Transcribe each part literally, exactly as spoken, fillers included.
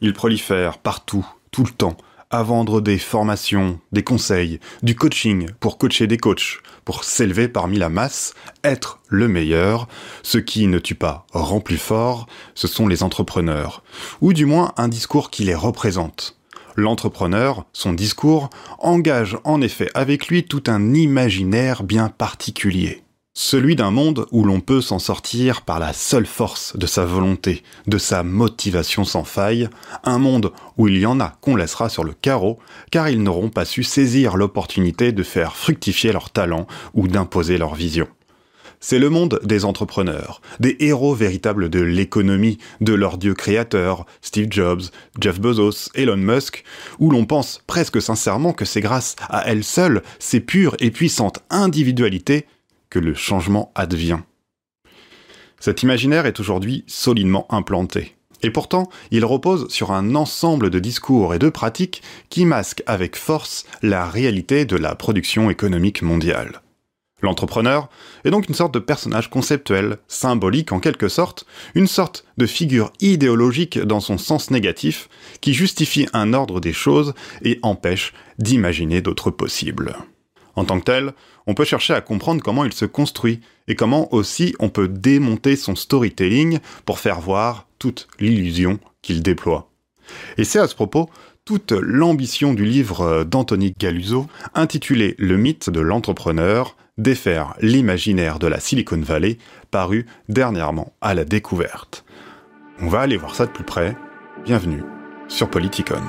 Ils prolifèrent partout, tout le temps, à vendre des formations, des conseils, du coaching pour coacher des coachs, pour s'élever parmi la masse, être le meilleur. Ce qui ne tue pas rend plus fort, ce sont les entrepreneurs, ou du moins un discours qui les représente. L'entrepreneur, son discours, engage en effet avec lui tout un imaginaire bien particulier. Celui d'un monde où l'on peut s'en sortir par la seule force de sa volonté, de sa motivation sans faille, un monde où il y en a qu'on laissera sur le carreau, car ils n'auront pas su saisir l'opportunité de faire fructifier leur talent ou d'imposer leur vision. C'est le monde des entrepreneurs, des héros véritables de l'économie, de leurs dieux créateurs, Steve Jobs, Jeff Bezos, Elon Musk, où l'on pense presque sincèrement que c'est grâce à elles seules, ces pures et puissantes individualités, que le changement advient. Cet imaginaire est aujourd'hui solidement implanté. Et pourtant, il repose sur un ensemble de discours et de pratiques qui masquent avec force la réalité de la production économique mondiale. L'entrepreneur est donc une sorte de personnage conceptuel, symbolique en quelque sorte, une sorte de figure idéologique dans son sens négatif, qui justifie un ordre des choses et empêche d'imaginer d'autres possibles. En tant que tel, on peut chercher à comprendre comment il se construit et comment aussi on peut démonter son storytelling pour faire voir toute l'illusion qu'il déploie. Et c'est à ce propos toute l'ambition du livre d'Anthony Galuso, intitulé « Le mythe de l'entrepreneur, défaire l'imaginaire de la Silicon Valley », paru dernièrement à La Découverte. On va aller voir ça de plus près. Bienvenue sur Politicon.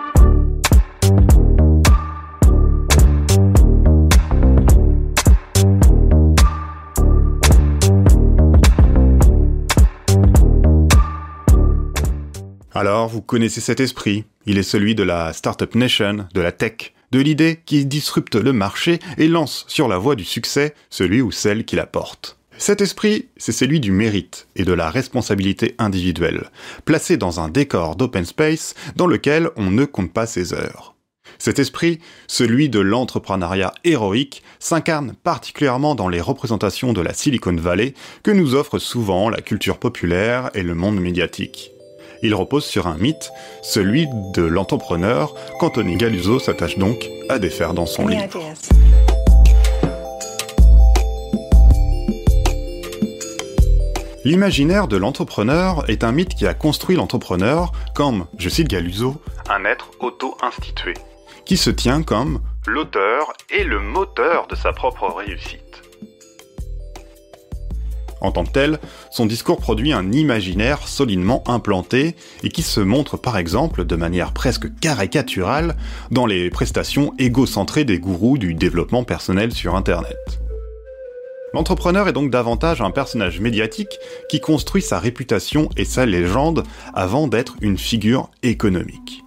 Alors, vous connaissez cet esprit, il est celui de la Startup Nation, de la tech, de l'idée qui disrupte le marché et lance sur la voie du succès celui ou celle qui la porte. Cet esprit, c'est celui du mérite et de la responsabilité individuelle, placé dans un décor d'open space dans lequel on ne compte pas ses heures. Cet esprit, celui de l'entrepreneuriat héroïque, s'incarne particulièrement dans les représentations de la Silicon Valley que nous offre souvent la culture populaire et le monde médiatique. Il repose sur un mythe, celui de l'entrepreneur, qu'Anthony Galuso s'attache donc à défaire dans son livre. L'imaginaire de l'entrepreneur est un mythe qui a construit l'entrepreneur comme, je cite Galuso, un être auto-institué, qui se tient comme l'auteur et le moteur de sa propre réussite. En tant que tel, son discours produit un imaginaire solidement implanté et qui se montre par exemple de manière presque caricaturale dans les prestations égocentrées des gourous du développement personnel sur Internet. L'entrepreneur est donc davantage un personnage médiatique qui construit sa réputation et sa légende avant d'être une figure économique.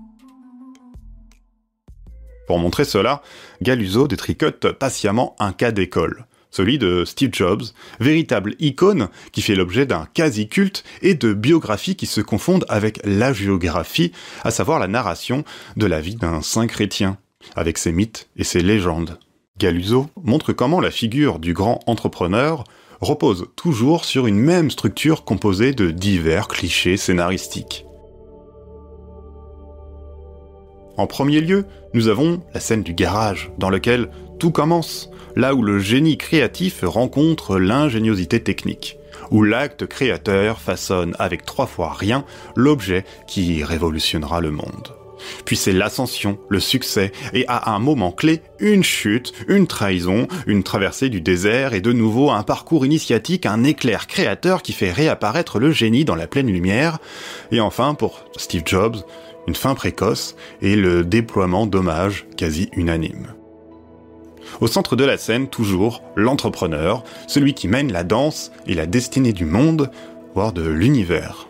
Pour montrer cela, Galuso détricote patiemment un cas d'école. Celui de Steve Jobs, véritable icône qui fait l'objet d'un quasi-culte et de biographies qui se confondent avec l'hagiographie, à savoir la narration de la vie d'un saint chrétien, avec ses mythes et ses légendes. Galuso montre comment la figure du grand entrepreneur repose toujours sur une même structure composée de divers clichés scénaristiques. En premier lieu, nous avons la scène du garage, dans lequel tout commence, là où le génie créatif rencontre l'ingéniosité technique, où l'acte créateur façonne avec trois fois rien l'objet qui révolutionnera le monde. Puis c'est l'ascension, le succès, et à un moment clé, une chute, une trahison, une traversée du désert et de nouveau un parcours initiatique, un éclair créateur qui fait réapparaître le génie dans la pleine lumière, et enfin, pour Steve Jobs, une fin précoce et le déploiement d'hommages quasi unanimes. Au centre de la scène, toujours, l'entrepreneur, celui qui mène la danse et la destinée du monde, voire de l'univers.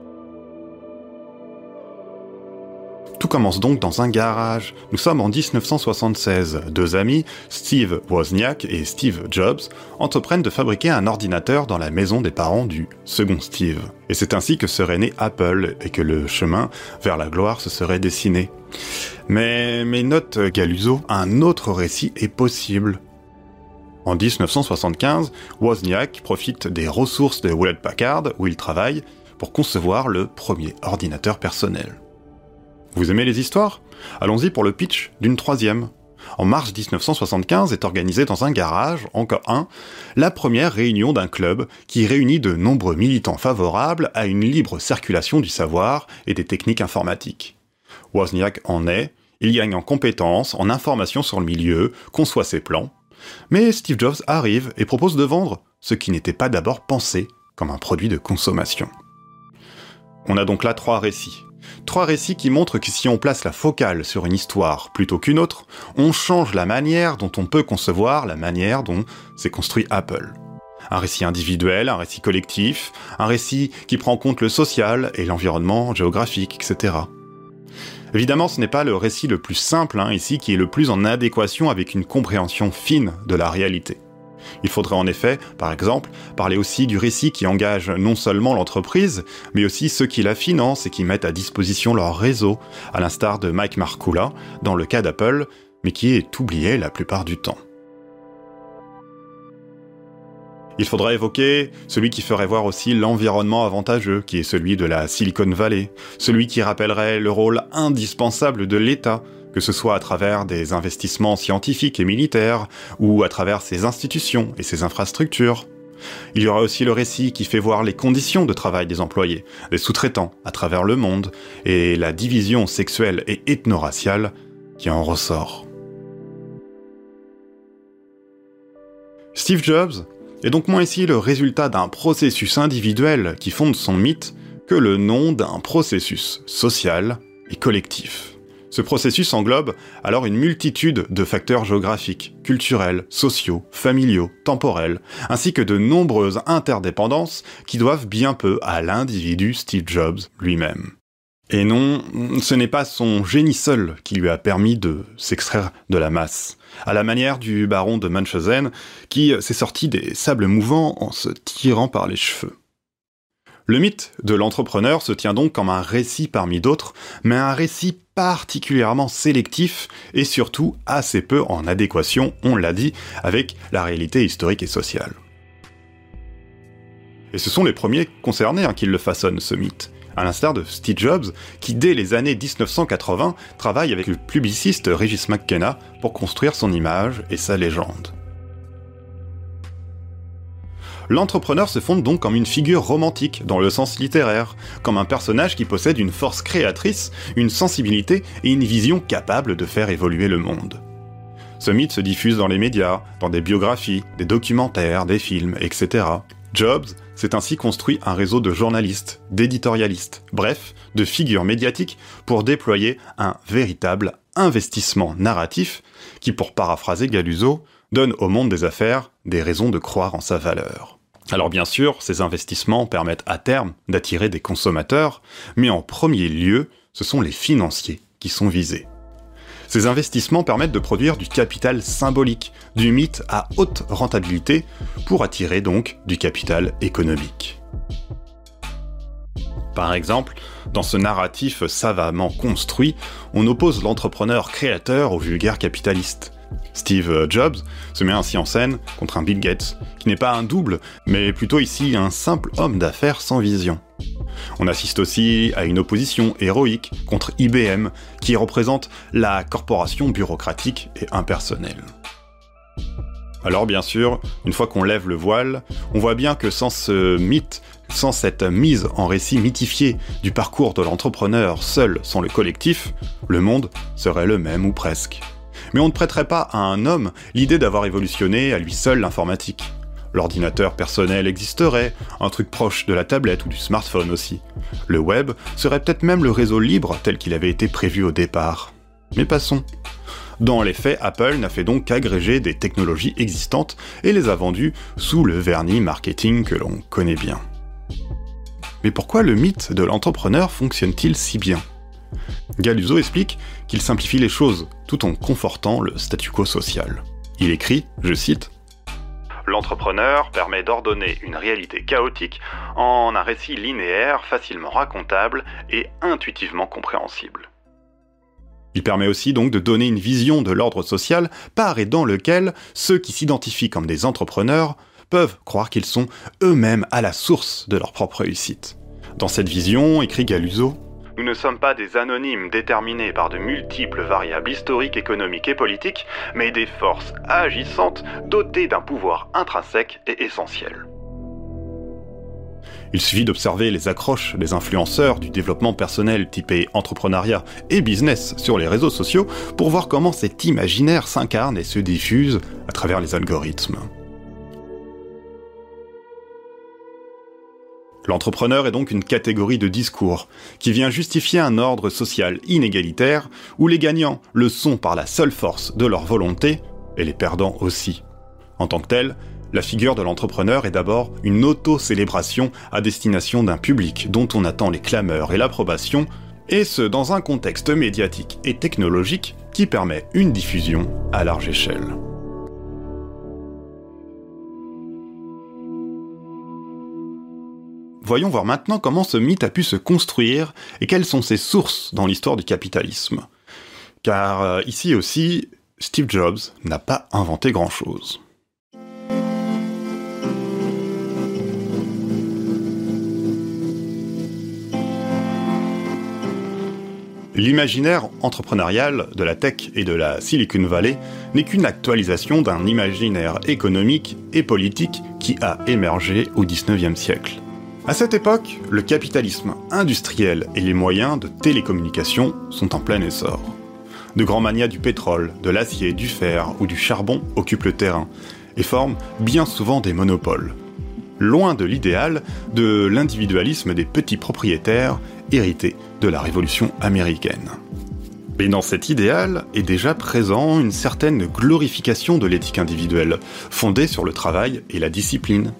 Tout commence donc dans un garage. Nous sommes en dix-neuf cent soixante-seize. Deux amis, Steve Wozniak et Steve Jobs, entreprennent de fabriquer un ordinateur dans la maison des parents du second Steve. Et c'est ainsi que serait né Apple et que le chemin vers la gloire se serait dessiné. Mais, mais note Galuso, un autre récit est possible. En dix-neuf cent soixante-quinze, Wozniak profite des ressources de Hewlett Packard, où il travaille, pour concevoir le premier ordinateur personnel. Vous aimez les histoires ? Allons-y pour le pitch d'une troisième. En mars dix-neuf cent soixante-quinze est organisée dans un garage, encore un, la première réunion d'un club qui réunit de nombreux militants favorables à une libre circulation du savoir et des techniques informatiques. Wozniak en est, il gagne en compétences, en informations sur le milieu, conçoit ses plans. Mais Steve Jobs arrive et propose de vendre ce qui n'était pas d'abord pensé comme un produit de consommation. On a donc là trois récits. Trois récits qui montrent que si on place la focale sur une histoire plutôt qu'une autre, on change la manière dont on peut concevoir la manière dont s'est construit Apple. Un récit individuel, un récit collectif, un récit qui prend en compte le social et l'environnement géographique, et cetera. Évidemment, ce n'est pas le récit le plus simple hein, ici qui est le plus en adéquation avec une compréhension fine de la réalité. Il faudrait en effet, par exemple, parler aussi du récit qui engage non seulement l'entreprise, mais aussi ceux qui la financent et qui mettent à disposition leur réseau, à l'instar de Mike Markula, dans le cas d'Apple, mais qui est oublié la plupart du temps. Il faudra évoquer celui qui ferait voir aussi l'environnement avantageux, qui est celui de la Silicon Valley, celui qui rappellerait le rôle indispensable de l'État, que ce soit à travers des investissements scientifiques et militaires, ou à travers ses institutions et ses infrastructures. Il y aura aussi le récit qui fait voir les conditions de travail des employés, des sous-traitants à travers le monde, et la division sexuelle et ethno-raciale qui en ressort. Steve Jobs est donc moins ici le résultat d'un processus individuel qui fonde son mythe que le nom d'un processus social et collectif. Ce processus englobe alors une multitude de facteurs géographiques, culturels, sociaux, familiaux, temporels, ainsi que de nombreuses interdépendances qui doivent bien peu à l'individu Steve Jobs lui-même. Et non, ce n'est pas son génie seul qui lui a permis de s'extraire de la masse, à la manière du baron de Munchausen qui s'est sorti des sables mouvants en se tirant par les cheveux. Le mythe de l'entrepreneur se tient donc comme un récit parmi d'autres, mais un récit particulièrement sélectif et surtout assez peu en adéquation, on l'a dit, avec la réalité historique et sociale. Et ce sont les premiers concernés hein, qui le façonnent, ce mythe, à l'instar de Steve Jobs, qui dès les années dix-neuf cent quatre-vingts travaille avec le publiciste Regis McKenna pour construire son image et sa légende. L'entrepreneur se fonde donc comme une figure romantique, dans le sens littéraire, comme un personnage qui possède une force créatrice, une sensibilité et une vision capable de faire évoluer le monde. Ce mythe se diffuse dans les médias, dans des biographies, des documentaires, des films, et cetera. Jobs s'est ainsi construit un réseau de journalistes, d'éditorialistes, bref, de figures médiatiques pour déployer un véritable investissement narratif qui, pour paraphraser Galuzzo, donne au monde des affaires des raisons de croire en sa valeur. Alors bien sûr, ces investissements permettent à terme d'attirer des consommateurs, mais en premier lieu, ce sont les financiers qui sont visés. Ces investissements permettent de produire du capital symbolique, du mythe à haute rentabilité, pour attirer donc du capital économique. Par exemple, dans ce narratif savamment construit, on oppose l'entrepreneur créateur au vulgaire capitaliste. Steve Jobs se met ainsi en scène contre un Bill Gates, qui n'est pas un double, mais plutôt ici un simple homme d'affaires sans vision. On assiste aussi à une opposition héroïque contre I B M, qui représente la corporation bureaucratique et impersonnelle. Alors bien sûr, une fois qu'on lève le voile, on voit bien que sans ce mythe, sans cette mise en récit mythifié du parcours de l'entrepreneur seul sans le collectif, le monde serait le même ou presque. Mais on ne prêterait pas à un homme l'idée d'avoir évolutionné à lui seul l'informatique. L'ordinateur personnel existerait, un truc proche de la tablette ou du smartphone aussi. Le web serait peut-être même le réseau libre tel qu'il avait été prévu au départ. Mais passons. Dans les faits, Apple n'a fait donc qu'agréger des technologies existantes et les a vendues sous le vernis marketing que l'on connaît bien. Mais pourquoi le mythe de l'entrepreneur fonctionne-t-il si bien ? Galuzzo explique qu'il simplifie les choses, tout en confortant le statu quo social. Il écrit, je cite, « L'entrepreneur permet d'ordonner une réalité chaotique en un récit linéaire, facilement racontable et intuitivement compréhensible. » Il permet aussi donc de donner une vision de l'ordre social par et dans lequel ceux qui s'identifient comme des entrepreneurs peuvent croire qu'ils sont eux-mêmes à la source de leur propre réussite. Dans cette vision, écrit Galuso, nous ne sommes pas des anonymes déterminés par de multiples variables historiques, économiques et politiques, mais des forces agissantes dotées d'un pouvoir intrinsèque et essentiel. Il suffit d'observer les accroches des influenceurs du développement personnel typé entrepreneuriat et business sur les réseaux sociaux pour voir comment cet imaginaire s'incarne et se diffuse à travers les algorithmes. L'entrepreneur est donc une catégorie de discours qui vient justifier un ordre social inégalitaire où les gagnants le sont par la seule force de leur volonté et les perdants aussi. En tant que tel, la figure de l'entrepreneur est d'abord une auto-célébration à destination d'un public dont on attend les clameurs et l'approbation, et ce dans un contexte médiatique et technologique qui permet une diffusion à large échelle. Voyons voir maintenant comment ce mythe a pu se construire et quelles sont ses sources dans l'histoire du capitalisme. Car euh, ici aussi, Steve Jobs n'a pas inventé grand-chose. L'imaginaire entrepreneurial de la tech et de la Silicon Valley n'est qu'une actualisation d'un imaginaire économique et politique qui a émergé au dix-neuvième siècle. À cette époque, le capitalisme industriel et les moyens de télécommunication sont en plein essor. De grands manias du pétrole, de l'acier, du fer ou du charbon occupent le terrain et forment bien souvent des monopoles. Loin de l'idéal de l'individualisme des petits propriétaires hérité de la Révolution américaine. Mais dans cet idéal est déjà présent une certaine glorification de l'éthique individuelle, fondée sur le travail et la discipline.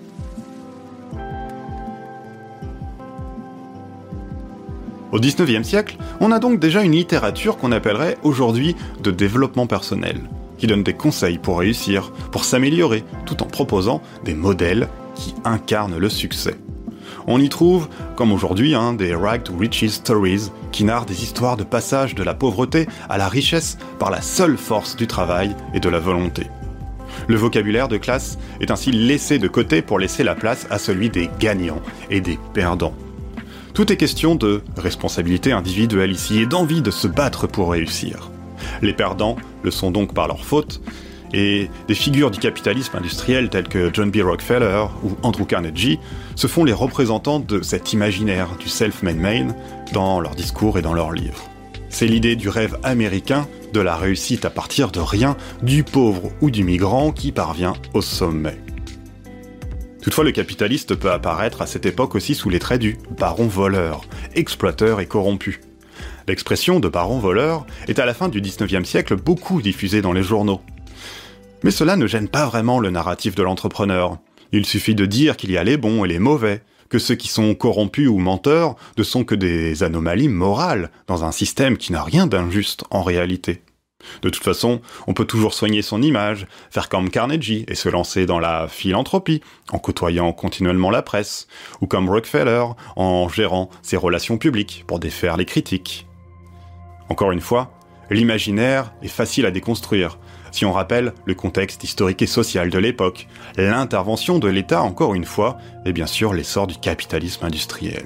Au dix-neuvième siècle, on a donc déjà une littérature qu'on appellerait aujourd'hui de développement personnel, qui donne des conseils pour réussir, pour s'améliorer, tout en proposant des modèles qui incarnent le succès. On y trouve, comme aujourd'hui, hein, des Rag to Riches Stories, qui narrent des histoires de passage de la pauvreté à la richesse par la seule force du travail et de la volonté. Le vocabulaire de classe est ainsi laissé de côté pour laisser la place à celui des gagnants et des perdants. Tout est question de responsabilité individuelle ici et d'envie de se battre pour réussir. Les perdants le sont donc par leur faute, et des figures du capitalisme industriel telles que John B. Rockefeller ou Andrew Carnegie se font les représentants de cet imaginaire du self-made man dans leurs discours et dans leurs livres. C'est l'idée du rêve américain, de la réussite à partir de rien, du pauvre ou du migrant qui parvient au sommet. Toutefois, le capitaliste peut apparaître à cette époque aussi sous les traits du baron voleur, exploiteur et corrompu. L'expression de baron voleur est à la fin du dix-neuvième siècle beaucoup diffusée dans les journaux. Mais cela ne gêne pas vraiment le narratif de l'entrepreneur. Il suffit de dire qu'il y a les bons et les mauvais, que ceux qui sont corrompus ou menteurs ne sont que des anomalies morales dans un système qui n'a rien d'injuste en réalité. De toute façon, on peut toujours soigner son image, faire comme Carnegie et se lancer dans la philanthropie, en côtoyant continuellement la presse, ou comme Rockefeller, en gérant ses relations publiques pour défaire les critiques. Encore une fois, l'imaginaire est facile à déconstruire, si on rappelle le contexte historique et social de l'époque, l'intervention de l'État encore une fois, et bien sûr l'essor du capitalisme industriel.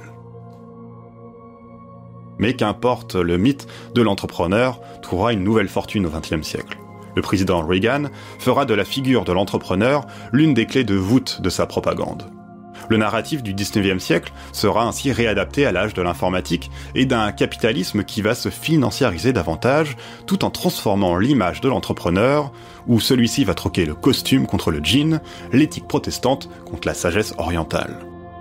Mais qu'importe, le mythe de l'entrepreneur trouvera une nouvelle fortune au vingtième siècle. Le président Reagan fera de la figure de l'entrepreneur l'une des clés de voûte de sa propagande. Le narratif du dix-neuvième siècle sera ainsi réadapté à l'âge de l'informatique et d'un capitalisme qui va se financiariser davantage, tout en transformant l'image de l'entrepreneur, où celui-ci va troquer le costume contre le jean, l'éthique protestante contre la sagesse orientale.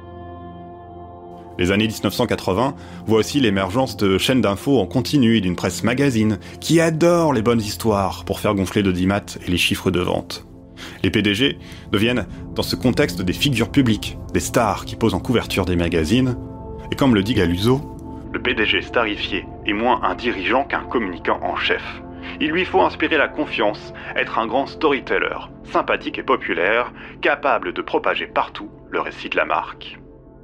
Les années dix-neuf cent quatre-vingts voient aussi l'émergence de chaînes d'infos en continu et d'une presse magazine qui adore les bonnes histoires pour faire gonfler l'audimat et les chiffres de vente. Les P D G deviennent, dans ce contexte, des figures publiques, des stars qui posent en couverture des magazines, et comme le dit Galuso, le P D G starifié est moins un dirigeant qu'un communicant en chef. Il lui faut inspirer la confiance, être un grand storyteller, sympathique et populaire, capable de propager partout le récit de la marque.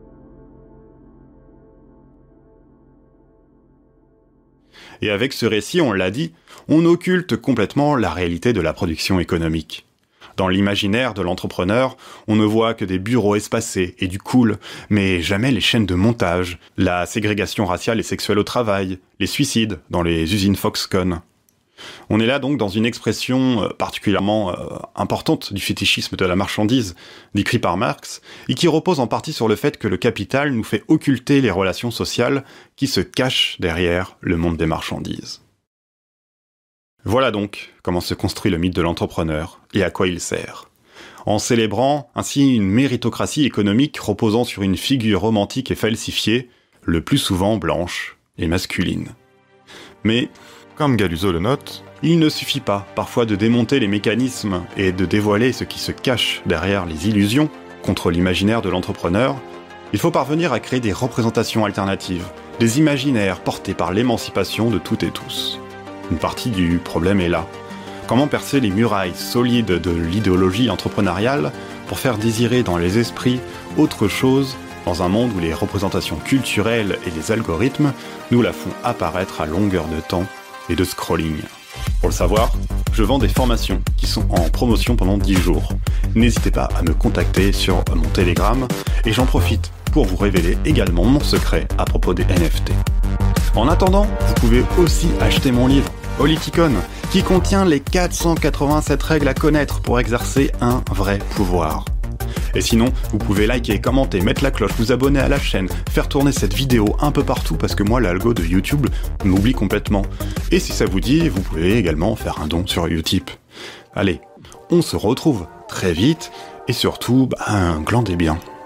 Et avec ce récit, on l'a dit, on occulte complètement la réalité de la production économique. Dans l'imaginaire de l'entrepreneur, on ne voit que des bureaux espacés et du cool, mais jamais les chaînes de montage, la ségrégation raciale et sexuelle au travail, les suicides dans les usines Foxconn. On est là donc dans une expression particulièrement euh, importante du fétichisme de la marchandise, décrit par Marx, et qui repose en partie sur le fait que le capital nous fait occulter les relations sociales qui se cachent derrière le monde des marchandises. Voilà donc comment se construit le mythe de l'entrepreneur et à quoi il sert. En célébrant ainsi une méritocratie économique reposant sur une figure romantique et falsifiée, le plus souvent blanche et masculine. Mais, comme Galuzzo le note, il ne suffit pas parfois de démonter les mécanismes et de dévoiler ce qui se cache derrière les illusions contre l'imaginaire de l'entrepreneur. Il faut parvenir à créer des représentations alternatives, des imaginaires portés par l'émancipation de toutes et tous. Une partie du problème est là. Comment percer les murailles solides de l'idéologie entrepreneuriale pour faire désirer dans les esprits autre chose dans un monde où les représentations culturelles et les algorithmes nous la font apparaître à longueur de temps et de scrolling. Pour le savoir, je vends des formations qui sont en promotion pendant dix jours. N'hésitez pas à me contacter sur mon Telegram et j'en profite pour vous révéler également mon secret à propos des N F T. En attendant, vous pouvez aussi acheter mon livre Holy-Ticon, qui contient les quatre cent quatre-vingt-sept règles à connaître pour exercer un vrai pouvoir. Et sinon, vous pouvez liker, commenter, mettre la cloche, vous abonner à la chaîne, faire tourner cette vidéo un peu partout parce que moi, l'algo de YouTube m'oublie complètement. Et si ça vous dit, vous pouvez également faire un don sur Utip. Allez, on se retrouve très vite et surtout, bah, glandez bien.